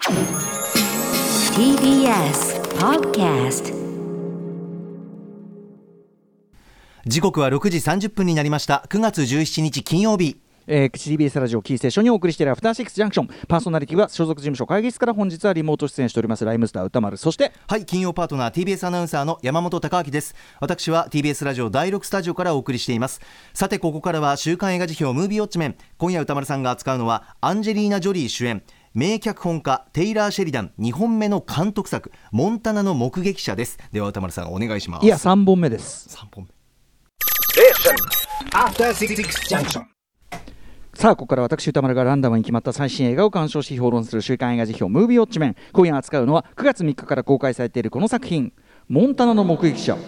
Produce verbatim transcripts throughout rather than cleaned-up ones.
ティービーエス Podcast。 時刻はろくじさんじゅっぷんになりました。くがつじゅうしちにち金曜日、 えー、ティービーエス ラジオキーステーションにお送りしているアフターシックスジャンクション。パーソナリティは所属事務所会議室から本日はリモート出演しておりますライムスター歌丸、そしてはい、金曜パートナー ティービーエス アナウンサーの山本貴明です。私は ティービーエス ラジオだいろくスタジオからお送りしています。さて、ここからは週刊映画辞表ムービーウォッチメン。今夜歌丸さんが扱うのはアンジェリーナ・ジョリー主演、名脚本家テイラー・シェリダンにほんめの監督作、モンタナの目撃者です。では歌丸さんお願いします。 いやさんぼんめです。 さんぼんめ。 さあ、ここから私歌丸がランダムに決まった最新映画を鑑賞し評論する週刊映画辞表ムービーウォッチメン。今夜扱うのはくがつみっかから公開されているこの作品、モンタナの目撃者。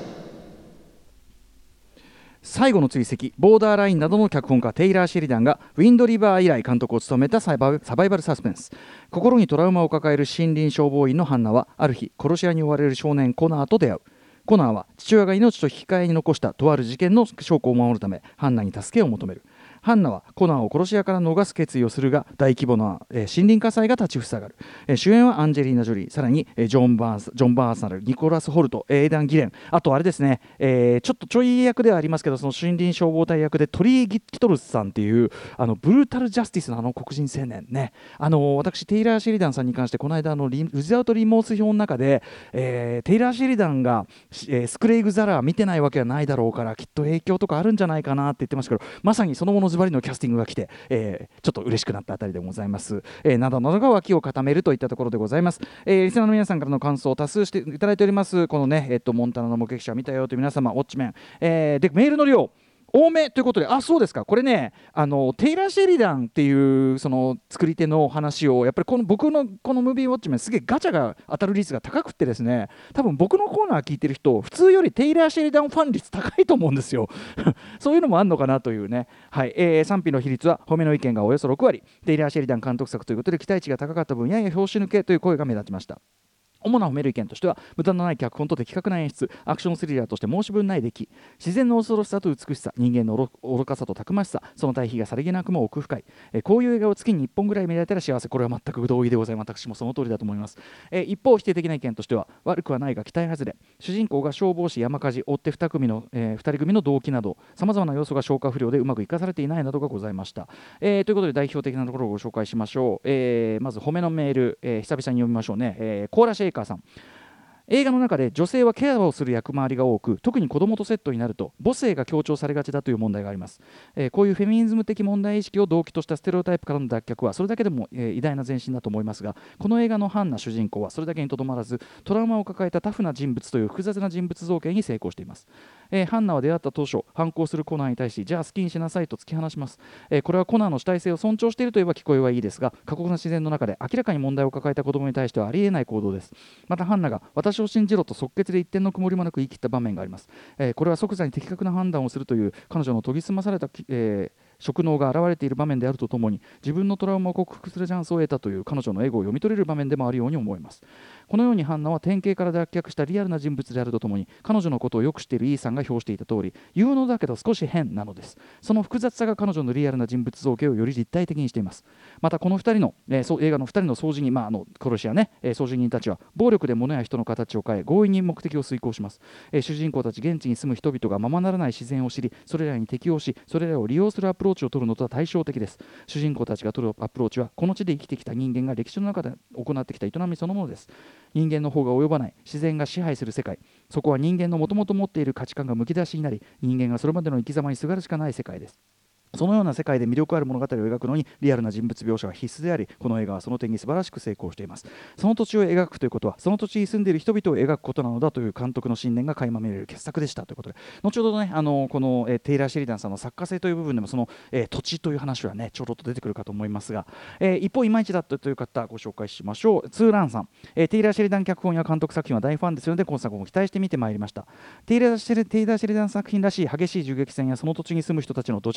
最後の追跡、ボーダーラインなどの脚本家テイラー・シェリダンがウィンドリバー以来監督を務めたサバイサバイバルサスペンス。心にトラウマを抱える森林消防員のハンナはある日殺し屋に追われる少年コナーと出会う。コナーは父親が命と引き換えに残したとある事件の証拠を守るためハンナに助けを求める。ハンナはコナーを殺し屋から逃す決意をするが、大規模な、えー、森林火災が立ちふさがる。えー、主演はアンジェリーナ・ジョリー、さらに、えー、ジョン・バーンス、ジョン・バーサル、ニコラス・ホルト、エイダン・ギレン、あとあれですね、えー、ちょっとちょい役ではありますけど、その森林消防隊役でトリー・ギトルスさんっていうあのブルータル・ジャスティスのあの黒人青年ね。あの私テイラー・シェリダンさんに関してこの間あのリウズアウト・リモース表の中で、えー、テイラー・シェリダンが、えー、スクレイグ・ザラー見てないわけはないだろうから、きっと影響とかあるんじゃないかなって言ってましたけど、まさにそのものズバリのキャスティングが来て、えー、ちょっと嬉しくなったあたりでございます。えー、などなどが脇を固めるといったところでございます。えー、リスナーの皆さんからの感想を多数していただいております。このね、えっと、モンタナの目撃者見たよという皆様、ウォッチメン、えー、でメールの量多めということで、あ、そうですか。これね、あのテイラー・シェリダンっていうその作り手の話を、やっぱりこの僕のこのムービーウォッチメンすげえガチャが当たる率が高くってですね、多分僕のコーナー聞いてる人普通よりテイラー・シェリダンファン率高いと思うんですよそういうのもあるのかなというね、はい。えー、賛否の比率は褒めの意見がおよそろくわり、テイラー・シェリダン監督作ということで期待値が高かった分やや拍子抜けという声が目立ちました。主な褒める意見としては、無駄のない脚本と的確な演出、アクションスリラーとして申し分ない出来、自然の恐ろしさと美しさ、人間の愚かさとたくましさ、その対比がさりげなくも奥深い。えー、こういう映画を月にいっぽんぐらい見られたら幸せ。これは全く同意でございます。私もその通りだと思います。えー、一方、否定的な意見としては、悪くはないが期待外れ。主人公が消防士、山火事、追ってに組の、えー、ふたり組の動機など、さまざまな要素が消化不良でうまく生かされていないなどがございました。えー、ということで代表的なところをご紹介しましょう。えー、まず褒めのメール、えー、久々に読みましょうね。えー、コーラシェイカーさん。映画の中で女性はケアをする役回りが多く、特に子供とセットになると母性が強調されがちだという問題があります。えー、こういうフェミニズム的問題意識を動機としたステレオタイプからの脱却はそれだけでも、えー、偉大な前進だと思いますが、この映画のハンナ主人公はそれだけにとどまらず、トラウマを抱えたタフな人物という複雑な人物造形に成功しています。えー、ハンナは出会った当初、反抗するコナーに対し、じゃあ好きにしなさいと突き放します。えー、これはコナーの主体性を尊重しているといえば聞こえはいいですが、過酷な自然の中で明らかに問題を抱えた子供に対してはありえない行動です。またハンナが私を信じろと即決で一点の曇りもなく言い切った場面があります。えー、これは即座に的確な判断をするという彼女の研ぎ澄まされた、えー職能が現れている場面であるとともに、自分のトラウマを克服するチャンスを得たという彼女のエゴを読み取れる場面でもあるように思います。このようにハンナは典型から脱却したリアルな人物であるとともに、彼女のことをよく知っているイーさんが表していた通り、有能だけど少し変なのです。その複雑さが彼女のリアルな人物造形をより立体的にしています。またこのふたりの、えー、映画のふたりの掃除人、まあ、あの殺し屋ね、えー、掃除人たちは暴力で物や人の形を変え強引に目的を遂行します。えー、主人公たち現地に住む人々がままならない自然を知り、それらに適応し、それらを利用するアプローチを取るのとは対照的です。主人公たちが取るアプローチは、この地で生きてきた人間が歴史の中で行ってきた営みそのものです。人間の方が及ばない、自然が支配する世界、そこは人間のもともと持っている価値観がむき出しになり、人間がそれまでの生き様にすがるしかない世界です。そのような世界で魅力ある物語を描くのにリアルな人物描写は必須であり、この映画はその点に素晴らしく成功しています。その土地を描くということは、その土地に住んでいる人々を描くことなのだという監督の信念が垣間見られる傑作でしたということで、後ほどね、あのこの、えー、テイラー・シェリダンさんの作家性という部分でもその、えー、土地という話はねちょろっと出てくるかと思いますが、えー、一方いまいちだったという方ご紹介しましょう。ツーランさん、えー、テイラー・シェリダン脚本や監督作品は大ファンですので、今作も期待して見てまいりました。テイラー・シェリ、テイラー・シェリダン作品らしい激しい銃撃戦やその土地に住む人たちの土着感、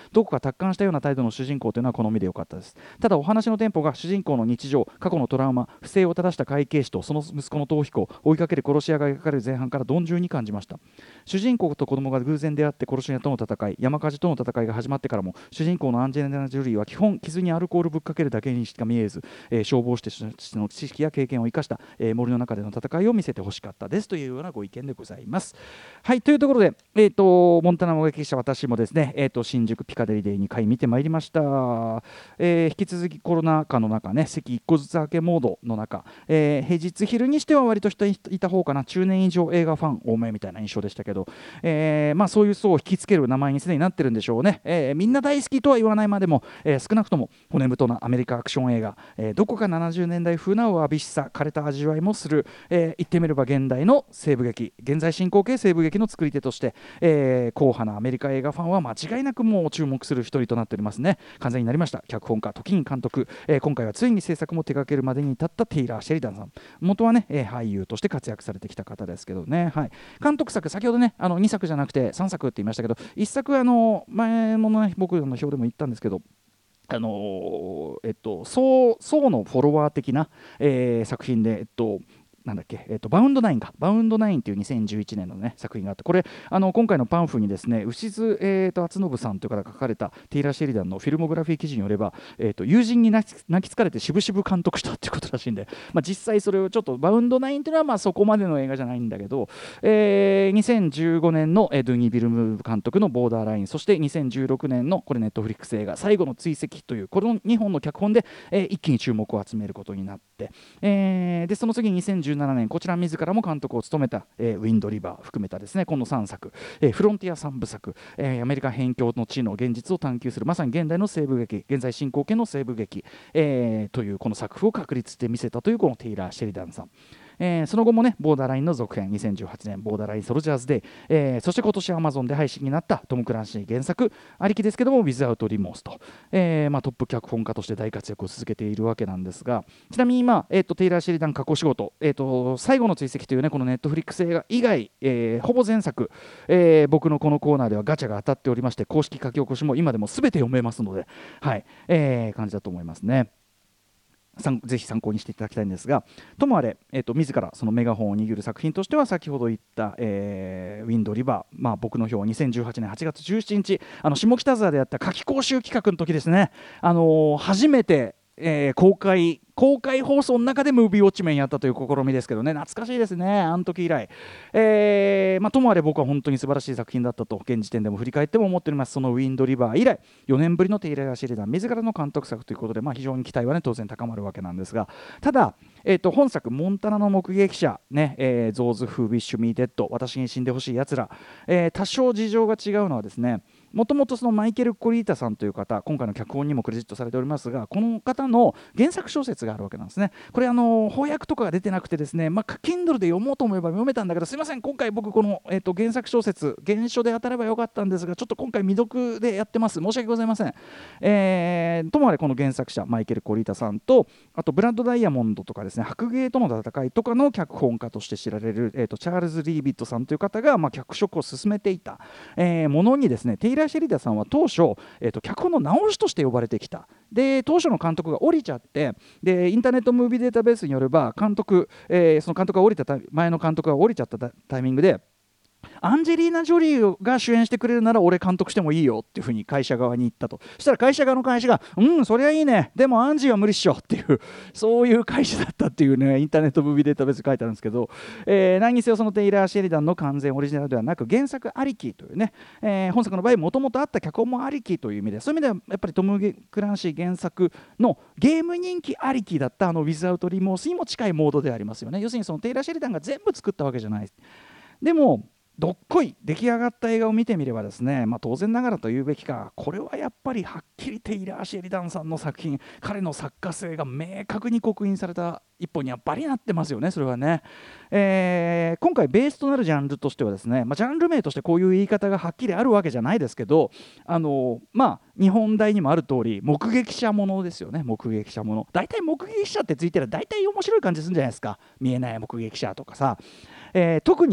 どこか達観したような態度の主人公というのは好みでよかったです。ただお話のテンポが主人公の日常、過去のトラウマ、不正を正した会計士とその息子の逃避行、追いかける殺し屋が描かれる前半から鈍重に感じました。主人公と子供が偶然出会って殺し屋との戦い、山火事との戦いが始まってからも主人公のアンジェリーナ・ジョリーは基本傷にアルコールぶっかけるだけにしか見えず、えー、消防士としての知識や経験を生かした、えー、森の中での戦いを見せてほしかったですというようなご意見でございます。はい、というところで、えー、とモンタナ目撃者私もですね、えー、と新宿ピカデリーでにかい見てまいりました。えー、引き続きコロナ禍の中ね、席いっこずつ開けモードの中、えー、平日昼にしては割と人いた方かな、中年以上映画ファン多めみたいな印象でしたけど、えーまあ、そういう層を引きつける名前にすでになってるんでしょうね。えー、みんな大好きとは言わないまでも、えー、少なくとも骨太なアメリカアクション映画、えー、どこかななじゅうねんだい風なわびしさ、枯れた味わいもする、えー、言ってみれば現代の西部劇、現在進行形西部劇の作り手として、えー、硬派なアメリカ映画ファンは間違いなくもう注目する一人となっておりますね。完全になりました。脚本家、時に監督、えー、今回はついに制作も手掛けるまでに至ったテイラー・シェリダンさん。元はね、えー、俳優として活躍されてきた方ですけどね、はい、監督作、先ほどねあのにさくじゃなくてさんさくって言いましたけど、いっさくあの前もね僕の表でも言ったんですけど、あのー、えっと層のフォロワー的な、えー、作品で、えっとなんだっけ、えー、とバウンドナインかバウンドナインというにせんじゅういちねんの、ね、作品があって、これあの今回のパンフにですね牛津、えー、と敦信さんという方が書かれたテイラー・シェリダンのフィルモグラフィー記事によれば、えー、と友人に泣き泣きつかれて渋々監督したっていうことらしいんで、まあ、実際それをちょっとバウンドナインというのはまあそこまでの映画じゃないんだけど、えー、にせんじゅうごねんの、えー、ドゥニー・ビルム監督のボーダーライン、そしてにせんじゅうろくねんのこれネットフリックス映画最後の追跡というこのにほんの脚本で、えー、一気に注目を集めることになって、えー、でその次にせんじゅうななねんこちら自らも監督を務めた、えー、ウィンドリバー含めたですねこのさんさく、えー、フロンティアさんぶさく、えー、アメリカ辺境の地の現実を探求するまさに現代の西部劇、現在進行形の西部劇、えー、というこの作風を確立して見せたというこのテイラー・シェリダンさん、えー、その後もねボーダーラインの続編にせんじゅうはちねんボーダーラインソルジャーズデイ、えー、そして今年 Amazon で配信になったトム・クランシー原作ありきですけども Without Remorse と、えーまあ、トップ脚本家として大活躍を続けているわけなんですが、ちなみに今、えー、とテイラー・シェリダン過去仕事、えー、と最後の追跡というねこのネットフリックス映画以外、えー、ほぼ前作、えー、僕のこのコーナーではガチャが当たっておりまして公式書き起こしも今でも全て読めますので、はいえー、感じだと思いますね。ぜひ参考にしていただきたいんですが、ともあれ、えー、と自らそのメガホンを握る作品としては先ほど言った、えー、ウィンドリバー、まあ、僕の表はにせんじゅうはちねんはちがつじゅうしちにちあの下北沢でやった夏季講習企画の時ですね、あのー、初めて、えー、公開公開放送の中でムービーウォッチメンやったという試みですけどね、懐かしいですね、あの時以来、えーまあ、ともあれ僕は本当に素晴らしい作品だったと現時点でも振り返っても思っております。そのウィンドリバー以来よねんぶりのテイラー・シェリダン自らの監督作ということで、まあ、非常に期待はね当然高まるわけなんですが、ただ、えー、と本作モンタナの目撃者ね、えー、Those Who Wish Me Dead 私に死んでほしいやつら、えー、多少事情が違うのはですね、もともとそのマイケル・コリータさんという方、今回の脚本にもクレジットされておりますが、この方の原作小説があるわけなんですね。これあの翻訳とかが出てなくてですね、まあ、Kindle で読もうと思えば読めたんだけど、すいません今回僕この、えー、と原作小説原書で当たればよかったんですが、ちょっと今回未読でやってます、申し訳ございません。えー、ともあれこの原作者マイケル・コリータさんと、あとブラッド・ダイヤモンドとかですね、白芸との戦いとかの脚本家として知られる、えー、とチャールズ・リービットさんという方が、まあ、脚色を進めていた、えー、ものにですね、テイラー・シェリダンさんは当初、えー、と脚本の直しとして呼ばれてきた。で当初の監督が降りちゃって、でインターネットムービーデータベースによれば監督、えー、その監督が降りた前の監督が降りちゃったタイミングで、アンジェリーナ・ジョリーが主演してくれるなら俺監督してもいいよっていうふうに会社側に言ったと。そしたら会社側の会社がうんそりゃいいね、でもアンジーは無理っしょっていうそういう会社だったっていうね、インターネットムービーデータベースに書いてあるんですけど、えー、何にせよそのテイラー・シェリダンの完全オリジナルではなく原作ありきというね、えー、本作の場合もともとあった脚本もありきという意味で、そういう意味ではやっぱりトム・クランシー原作のゲーム人気ありきだったあのウィズアウト・リモースにも近いモードでありますよね。要するにそのテイラー・シェリダンが全部作ったわけじゃない。でもどっこい出来上がった映画を見てみればですね、まあ、当然ながらと言うべきか、これはやっぱりはっきりテイラー・シェリダンさんの作品、彼の作家性が明確に刻印された一本にやっぱりなってますよね。それはね、えー、今回ベースとなるジャンルとしてはですね、まあ、ジャンル名としてこういう言い方がはっきりあるわけじゃないですけど、あのまあ日本題にもある通り目撃者ものですよね。目撃者もの、大体目撃者ってついてるら大体面白い感じするんじゃないですか。見えない目撃者とかさ、えー、特に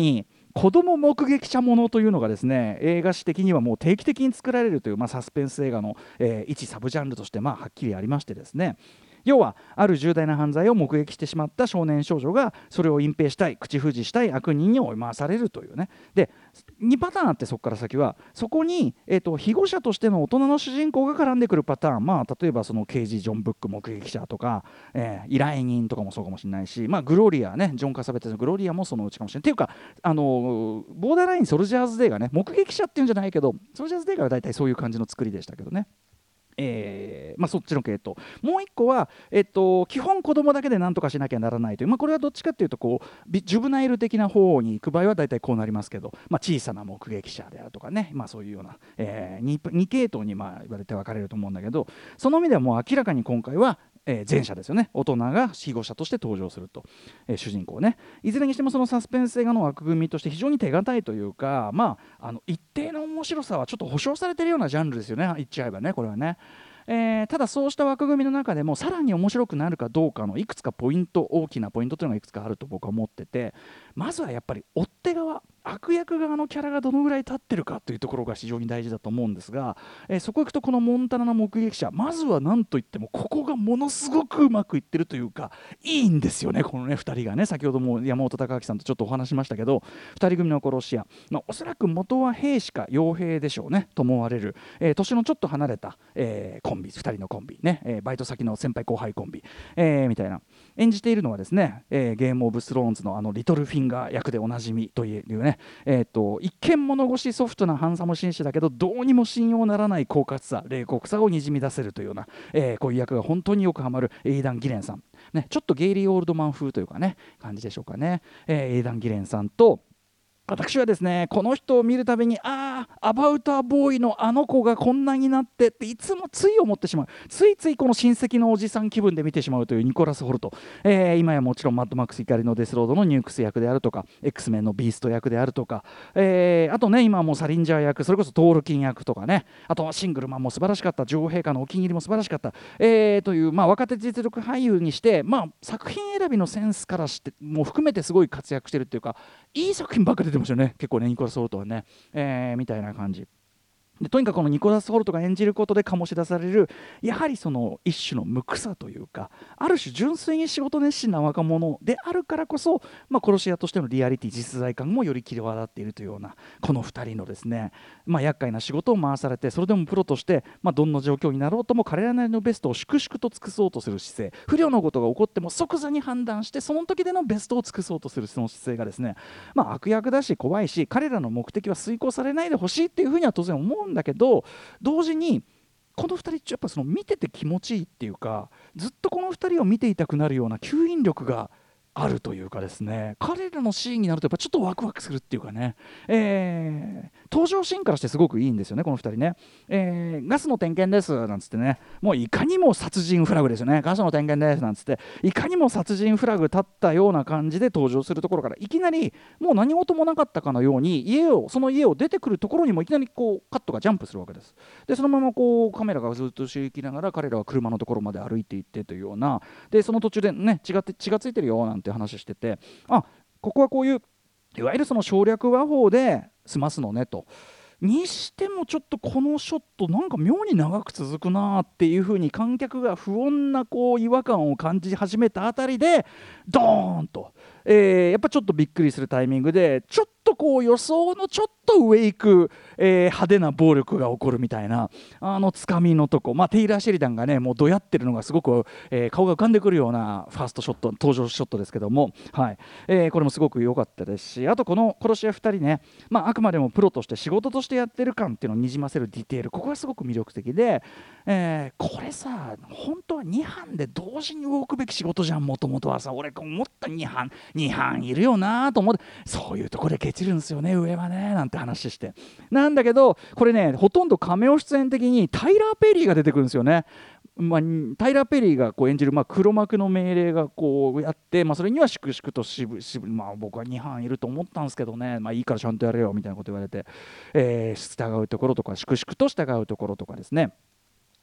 子供目撃者ものというのがですね映画史的にはもう定期的に作られるという、まあ、サスペンス映画の、えー、一サブジャンルとしてまあはっきりありましてですね、要はある重大な犯罪を目撃してしまった少年少女がそれを隠蔽したい口封じしたい悪人に追い回されるというね。でにパターンあって、そこから先はそこに、えーと、被護者としての大人の主人公が絡んでくるパターン、まあ、例えばその刑事ジョン・ブック目撃者とか、えー、依頼人とかもそうかもしれないし、まあ、グロリアね、ジョン・カサベテスのグロリアもそのうちかもしれないっていうか、あのボーダーラインソルジャーズ・デイがね目撃者っていうんじゃないけど、ソルジャーズ・デイが大体そういう感じの作りでしたけどね。えーまあ、そっちの系統、もう一個は、えっと、基本子供だけで何とかしなきゃならないという、まあ、これはどっちかっていうとこうジュブナイル的な方に行く場合は大体こうなりますけど、まあ、小さな目撃者であるとかね、まあ、そういうような、えー、2, 2系統にまあ言われて分かれると思うんだけど、その意味ではもう明らかに今回はえー、前者ですよね。大人が被護者として登場すると、えー、主人公ね。いずれにしてもそのサスペンス映画の枠組みとして非常に手堅いというか、まあ、あの一定の面白さはちょっと保証されているようなジャンルですよね、言っちゃえばね、これはね。えー、ただそうした枠組みの中でもさらに面白くなるかどうかのいくつかポイント、大きなポイントというのがいくつかあると僕は思ってて、まずはやっぱり追っ手側、悪役側のキャラがどのぐらい立ってるかというところが非常に大事だと思うんですが、えー、そこ行くとこのモンタナの目撃者、まずは何といってもここがものすごくうまくいってるというか、いいんですよね、このねふたりがね。先ほども山本貴明さんとちょっとお話しましたけど、ふたり組の殺し屋、まあ、おそらく元は兵士か傭兵でしょうねと思われる、えー、年のちょっと離れた、えー、コンビ、ふたりのコンビね、えー、バイト先の先輩後輩コンビ、えー、みたいな。演じているのはですね、えー、ゲームオブスローンズのあのリトルフィンガー役でおなじみというね、えー、と一見物腰ソフトなハンサム紳士だけどどうにも信用ならない狡猾さ、冷酷さをにじみ出せるというような、えー、こういう役が本当によくハマるエイダン・ギレンさん、ね、ちょっとゲイリー・オールドマン風というかね感じでしょうかね、えー、エイダン・ギレンさんと、私はですねこの人を見るたびに、ああアバウターボーイのあの子がこんなになってっていつもつい思ってしまう、ついついこの親戚のおじさん気分で見てしまうというニコラス・ホルト、えー、今やもちろんマッドマックス怒りのデスロードのニュークス役であるとか X メンのビースト役であるとか、えー、あとね今はもうサリンジャー役、それこそトールキン役とかね、あとはシングルマンも素晴らしかった、女王陛下のお気に入りも素晴らしかった、えー、という、まあ、若手実力俳優にして、まあ、作品選びのセンスからしてもう含めてすごい活躍してるっていうか、いい作品ばっか出てましたよね結構ね、ニコラス・ホルトはね、えー、みたいな感じで、とにかくこのニコラス・ホルトが演じることで醸し出されるやはりその一種の無垢さというか、ある種純粋に仕事熱心な若者であるからこそ、まあ、殺し屋としてのリアリティ実在感もより際立っているというようなこのふたりのですね、まあ、厄介な仕事を回されて、それでもプロとして、まあ、どんな状況になろうとも彼らなりのベストを粛々と尽くそうとする姿勢、不慮のことが起こっても即座に判断してその時でのベストを尽くそうとするその姿勢がですね、まあ、悪役だし怖いし、彼らの目的は遂行されないでほしいっていうふうには当然思うんだけど、同時にこのふたりやっぱその見てて気持ちいいっていうか、ずっとこのふたりを見ていたくなるような吸引力があるというかですね、彼らのシーンになるとやっぱちょっとワクワクするっていうかね、えー、登場シーンからしてすごくいいんですよねこのふたりね、えー、ガスの点検ですなんつってね、もういかにも殺人フラグですよね、ガスの点検ですなんつっていかにも殺人フラグ立ったような感じで登場するところから、いきなりもう何事もなかったかのように家をその家を出てくるところにもいきなりこうカットがジャンプするわけです。でそのままこうカメラがずっと後ろ行きながら彼らは車のところまで歩いていってというような、でその途中でね血が血がついてるよなんて話してて、あここはこういういわゆるその省略話法で済ますのねと。にしてもちょっとこのショットなんか妙に長く続くなっていう風に観客が不穏なこう違和感を感じ始めたあたりでドーンと、えー、やっぱちょっとびっくりするタイミングでちょっとこう予想のちょっと上行く、えー、派手な暴力が起こるみたいなあのつかみのとこ、まあ、テイラー・シェリダンがねもうどやってるのがすごく、えー、顔が浮かんでくるようなファーストショット登場ショットですけども、はいえー、これもすごく良かったですし、あとこの殺し屋ふたりね、まあ、あくまでもプロとして仕事としてやってる感っていうのをにじませるディテール、ここがすごく魅力的で、えー、これさ本当はに班で同時に動くべき仕事じゃん、もともとはさ、俺思ったに班に班いるよなと思って、そういうところでケチるんですよね上はねなんて話してなんだけど、これねほとんどカメオ出演的にタイラー・ペリーが出てくるんですよね。まあ、タイラー・ペリーがこう演じる、まあ、黒幕の命令がこうやって、まあ、それには粛々としぶしぶ、まあ、僕はに班いると思ったんですけどね、まあ、いいからちゃんとやれよみたいなこと言われて、えー、従うところとか粛々と従うところとかですね、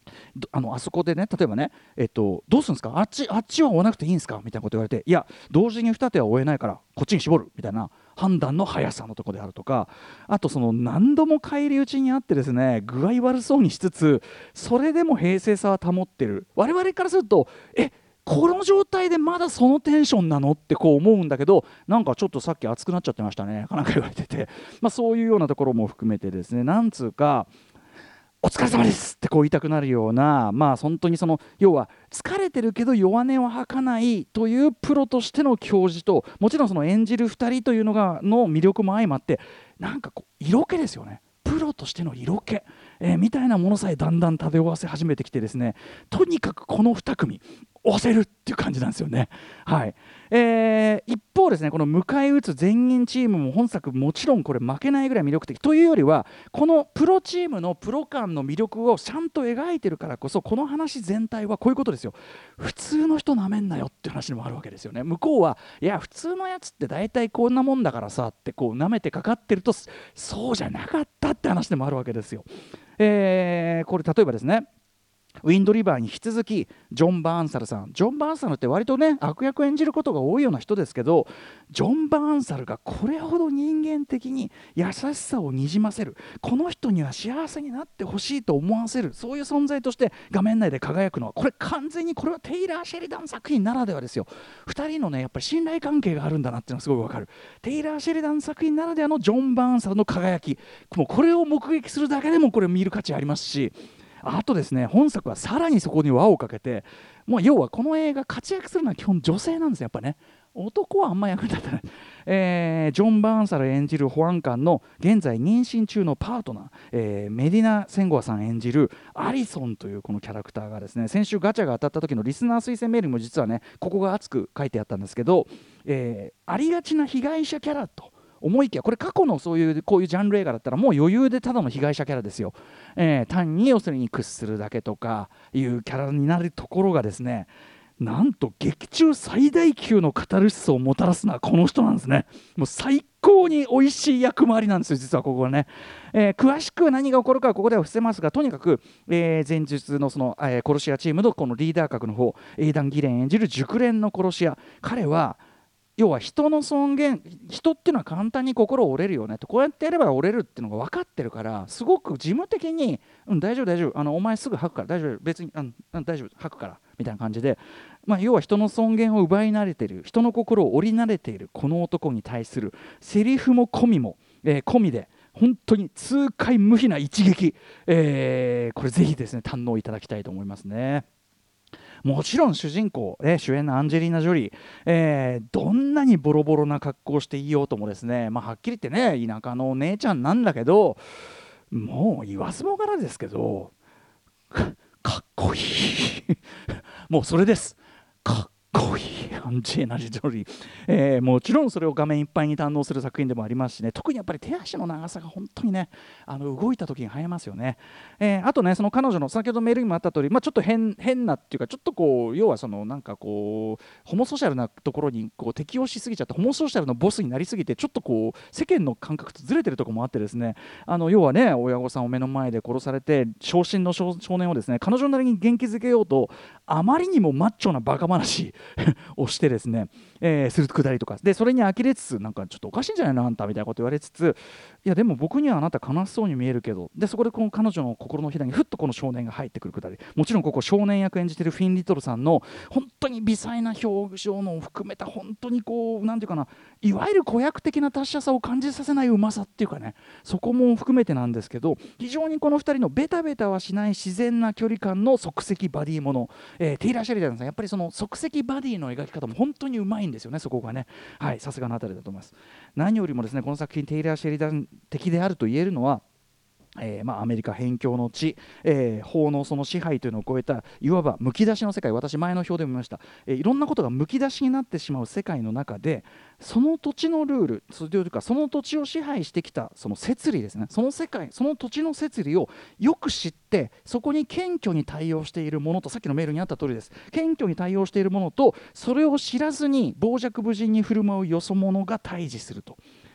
あのあそこでね、例えばね、えっと、どうするんですか、あっちあっちは追わなくていいんですかみたいなこと言われて、いや同時に二手は追えないからこっちに絞るみたいな判断の速さのところであるとか、あとその何度も返り討ちにあってですね、具合悪そうにしつつそれでも平静さは保ってる。我々からするとえこの状態でまだそのテンションなのってこう思うんだけど、なんかちょっとさっき熱くなっちゃってましたねかなんか言われてて、まあ、そういうようなところも含めてですね、なんつうかお疲れ様ですってこう言いたくなるような、まあ本当にその要は疲れてるけど弱音を吐かないというプロとしての教授と、もちろんその演じるふたりというのがの魅力も相まって、なんかこう色気ですよね。プロとしての色気、えー、みたいなものさえだんだん漂わせ始めてきてですね、とにかくこのに組押せるっていう感じなんですよね。はい、えー、一方ですね、この迎え撃つ全員チームも本作もちろんこれ負けないぐらい魅力的というよりは、このプロチームのプロ感の魅力をちゃんと描いてるからこそ、この話全体はこういうことですよ。普通の人なめんなよっていう話でもあるわけですよね。向こうはいや普通のやつって大体こんなもんだからさってこうなめてかかってると、そうじゃなかったって話でもあるわけですよ。えー、これ例えばですね、ウィンドリバーに引き続きジョン・バーンサルさん、ジョン・バーンサルって割とね悪役演じることが多いような人ですけど、ジョン・バーンサルがこれほど人間的に優しさをにじませる、この人には幸せになってほしいと思わせる、そういう存在として画面内で輝くのは、これ完全にこれはテイラー・シェリダン作品ならではですよ。ふたりのねやっぱり信頼関係があるんだなっていうのがすごいわかる。テイラー・シェリダン作品ならではのジョン・バーンサルの輝き、もうこれを目撃するだけでもこれ見る価値ありますし、あとですね、本作はさらにそこに輪をかけて、もう要はこの映画活躍するのは基本女性なんですよ。やっぱね男はあんま役に立たない、えー、ジョン・バーンサル演じる保安官の現在妊娠中のパートナー、えー、メディナ・センゴアさん演じるアリソンというこのキャラクターがですね、先週ガチャが当たった時のリスナー推薦メールにも実はねここが熱く書いてあったんですけど、えー、ありがちな被害者キャラと思いきや、これ過去のそういうこういうジャンル映画だったらもう余裕でただの被害者キャラですよ、えー、単に要するに屈するだけとかいうキャラになるところがですね、なんと劇中最大級のカタルシスをもたらすのはこの人なんですね。もう最高に美味しい役回りなんですよ実はここはね、えー、詳しく何が起こるかはここでは伏せますが、とにかく、えー、前述のその、えー、殺し屋チームのこのリーダー格の方、エイダン・ギレン演じる熟練の殺し屋、彼は要は人の尊厳、人っていうのは簡単に心折れるよねと、こうやってやれば折れるっていうのが分かってるから、すごく事務的に、うん、大丈夫大丈夫、あのお前すぐ吐くから大丈夫、別にあの大丈夫吐くからみたいな感じで、まあ、要は人の尊厳を奪い慣れている、人の心を折り慣れているこの男に対するセリフも込みも、えー、込みで本当に痛快無比な一撃、えー、これぜひですね堪能いただきたいと思いますね。もちろん主人公、えー、主演のアンジェリーナ・ジョリー、えー、どんなにボロボロな格好をしていようともですね、まあ、はっきり言ってね田舎のお姉ちゃんなんだけど、もう言わずもがなですけどか, かっこいいもうそれです、かっこいいアンジェリーナ・ジョリー、えー、もちろんそれを画面いっぱいに堪能する作品でもありますしね、特にやっぱり手足の長さが本当にねあの動いた時に映えますよね、えー、あとねその彼女の先ほどメールにもあった通り、まあ、ちょっと 変, 変なっていうかちょっとこう要はそのなんかこうホモソーシャルなところにこう適応しすぎちゃって、ホモソーシャルのボスになりすぎてちょっとこう世間の感覚とずれてるところもあってですね、あの要はね親御さんを目の前で殺されて昇進の 少, 少年をですね彼女なりに元気づけようとあまりにもマッチョなバカ話をしてですね、えー、するくだりとかで、それに呆れつつなんかちょっとおかしいんじゃないのあんたみたいなこと言われつつ、いやでも僕にはあなた悲しそうに見えるけど、でそこでこの彼女の心のひだにふっとこの少年が入ってくるくだり、もちろんここ少年役演じてるフィン・リトルさんの本当に微細な表情のを含めた本当にこうなんていうかな、いわゆる子役的な達者さを感じさせないうまさっていうかね、そこも含めてなんですけど、非常にこのふたりのベタベタはしない自然な距離感の即席バディもの、えー、テイラー・シェリダンさんやっぱりその即席バディの描き方も本当にうまいんですよね、そこがね、はい、さすがのあたりだと思います。何よりもですねこの作品テイラー・シェリダン的であると言えるのは、えーまあ、アメリカ辺境の地、えー、法のその支配というのを超えたいわばむき出しの世界、私前の表でも見ました、えー、いろんなことがむき出しになってしまう世界の中で、その土地のルールというかその土地を支配してきたその摂理ですね、その世界その土地の摂理をよく知ってそこに謙虚に対応しているものと、さっきのメールにあった通りです、謙虚に対応しているものとそれを知らずに傍若無人に振る舞うよそ者が対峙すると。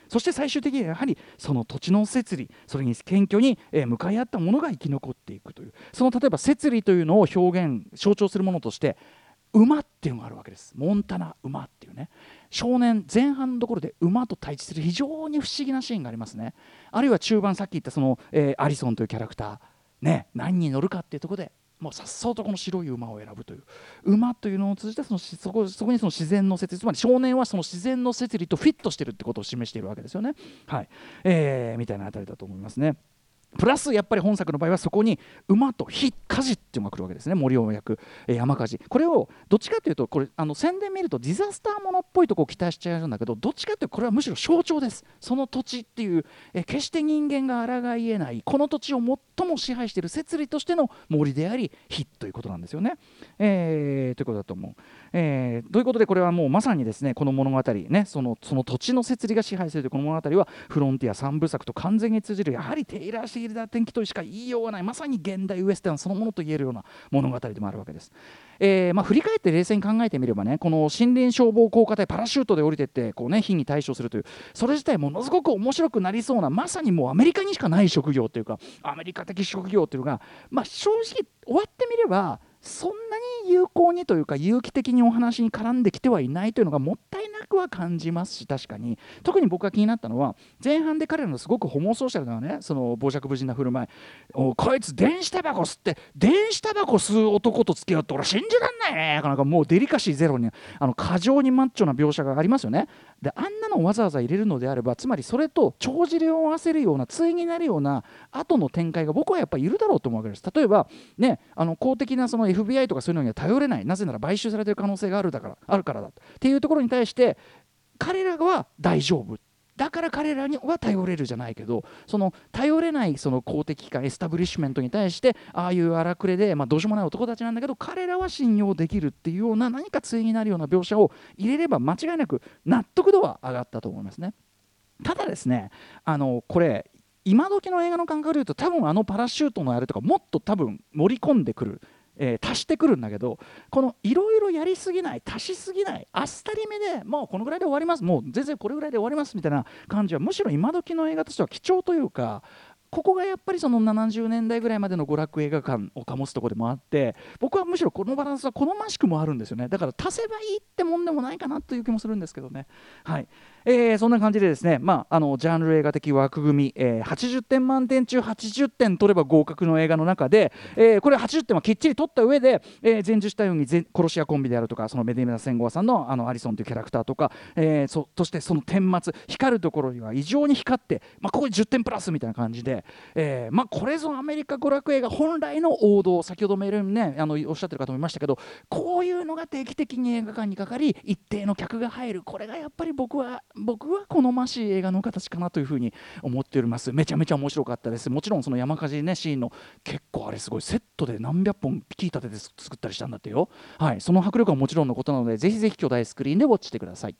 そして最終的にはやはりその土地の摂理、それに謙虚に、えー、向かい合ったものが生き残っていくという、その例えば摂理というのを表現象徴するものとして馬っていうのがあるわけです。モンタナ馬っていうね、少年前半のところで馬と対峙する非常に不思議なシーンがありますね。あるいは中盤さっき言ったその、えー、アリソンというキャラクターね、何に乗るかっていうところでもうさっそうとこの白い馬を選ぶという、馬というのを通じてそのそこ、そこにその自然の摂理、つまり少年はその自然の摂理とフィットしてるってことを示しているわけですよね。はい、えー、みたいなあたりだと思いますね。プラスやっぱり本作の場合はそこに馬と火火事っていうのが来るわけですね。森を焼く、えー、山火事、これをどっちかというとこれあの宣伝見るとディザスターものっぽいとこを期待しちゃうんだけど、どっちかというとこれはむしろ象徴です。その土地っていう、えー、決して人間が抗いえないこの土地を最も支配している摂理としての森であり火ということなんですよね。えー、ということだと思う。えー、ということでこれはもうまさにですねこの物語ね、その、その土地の摂理が支配するというこの物語はフロンティアさんぶさくと完全に通じる、やはりテイラー・シールダー天気としか言いようがない、まさに現代ウエスタンそのものと言えるような物語でもあるわけです。えーまあ、振り返って冷静に考えてみればね、この森林消防効果隊パラシュートで降りてってこう、ね、火に対処するという、それ自体ものすごく面白くなりそうな、まさにもうアメリカにしかない職業というかアメリカ的職業というのが、まあ、正直終わってみればそんなに有効にというか有機的にお話に絡んできてはいないというのがもったいなくは感じますし、確かに特に僕が気になったのは前半で彼らのすごくホモソーシャルなね、その傍若無人な振る舞い、おこいつ電子タバコ吸って電子タバコ吸う男と付き合うって俺信じらんないね、なんかもうデリカシーゼロにあの過剰にマッチョな描写がありますよね。であんなのをわざわざ入れるのであれば、つまりそれと帳尻を合わせるような対になるような後の展開が僕はやっぱりいるだろうと思うわけです。例えばね、あの公的なその エフビーアイ とかそういうのには頼れない、なぜなら買収されている可能性があるだからあるからだっていうところに対して彼らは大丈夫だから彼らには頼れるじゃないけど、その頼れないその公的機関エスタブリッシュメントに対してああいう荒くれで、まあ、どうしようもない男たちなんだけど彼らは信用できるっていうような何か対になるような描写を入れれば間違いなく納得度は上がったと思いますね。ただですね、あのこれ今時の映画の感覚でいうと多分あのパラシュートのあれとかもっと多分盛り込んでくる、えー、足してくるんだけど、このいろいろやりすぎない、足しすぎない、あっさりめでもうこのぐらいで終わります、もう全然これぐらいで終わりますみたいな感じはむしろ今時の映画としては貴重というか、ここがやっぱりそのななじゅうねんだいぐらいまでの娯楽映画館を醸すところでもあって、僕はむしろこのバランスは好ましくもあるんですよね。だから足せばいいってもんでもないかなという気もするんですけどね。はい、えー、そんな感じでですね、まあ、あのジャンル映画的枠組み、えー、はちじゅってん満点中はちじゅってん取れば合格の映画の中で、えー、これはちじゅってんはきっちり取った上で、えー、前述したように殺し屋コンビであるとか、そのメディメナ・センゴアさん の, あのアリソンというキャラクターとか、えー、そ, そしてその顛末光るところには異常に光って、まあ、ここでじゅってんプラスみたいな感じで、えーまあ、これぞアメリカ娯楽映画本来の王道、先ほどメールにねあのおっしゃってる方もいましたけど、こういうのが定期的に映画館にかかり一定の客が入る、これがやっぱり僕は僕は好ましい映画の形かなというふうに思っております。めちゃめちゃ面白かったです。もちろんその山火事ねシーンの結構あれすごいセットで何百本ピキ立てて作ったりしたんだってよ。はい、その迫力はもちろんのことなのでぜひぜひ巨大スクリーンでウォッチしてください。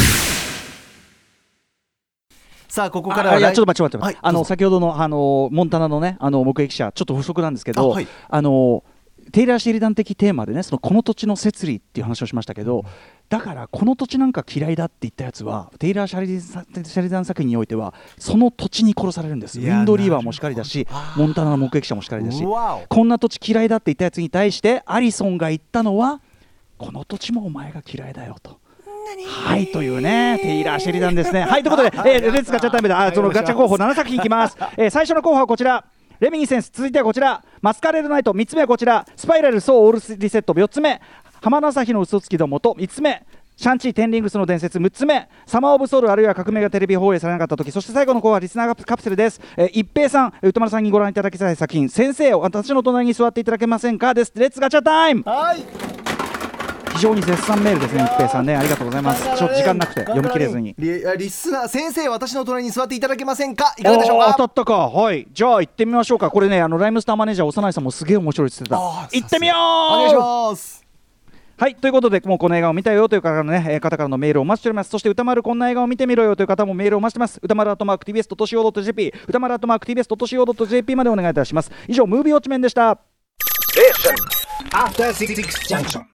さあここからは、 いやちょっと待って待って、 はい、 あの先ほどのあのモンタナのねあの目撃者ちょっと補足なんですけど、あ、はい、あのテイラー・シェリダン的テーマでね、そのこの土地の摂理っていう話をしましたけど、だからこの土地なんか嫌いだって言ったやつはテイラー・シャリシャリダン作品においてはその土地に殺されるんです。ウィンドリーバーもしかりだし、モンタナの目撃者もしかりだし、こんな土地嫌いだって言ったやつに対してアリソンが言ったのはこの土地もお前が嫌いだよと。はいというねテイラー・シェリダンですね。はいということで、えー、レッツガチャタイムであそのガチャ候補ななさく品いきます、えー、最初の候補はこちらレミニセンス、続いてはこちらマスカレードナイト、みっつめはこちらスパイラル・ソー・オールリセット、よっつめ浜田朝日の嘘つきどもと、みっつめシャンチー・テンリングスの伝説、むっつめサマー・オブ・ソウルあるいは革命がテレビ放映されなかった時、そして最後の候補はリスナーカプセルです。えー、一平さん、歌丸さんにご覧いただきたい作品、先生を私の隣に座っていただけませんかです。レッツガチャタイム。はい、非常に絶賛メールですね、一平さんね、ありがとうございます。ちょっと時間なくて読み切れずに。リ, リスナー先生、私の隣に座っていただけませんか、いかがでしょうか。当たったか。はい、じゃあ行ってみましょうか。これね、あのライムスターマネージャー幼いさんもすげえ面白いって言ってた。行ってみよう。お願いします。はい、ということでもうこの映画を見たよという方の、ね、方からのメールをお待ちしております。そして歌丸こんな映画を見てみろよという方もメールをお待ちしてます。歌丸アットマーク ティービーエスドットシーオードットジェーピー 歌丸アットマーク ティービーエスドットシーオードットジェーピー までお願いいたします。以上ムービーウォッチメンでした。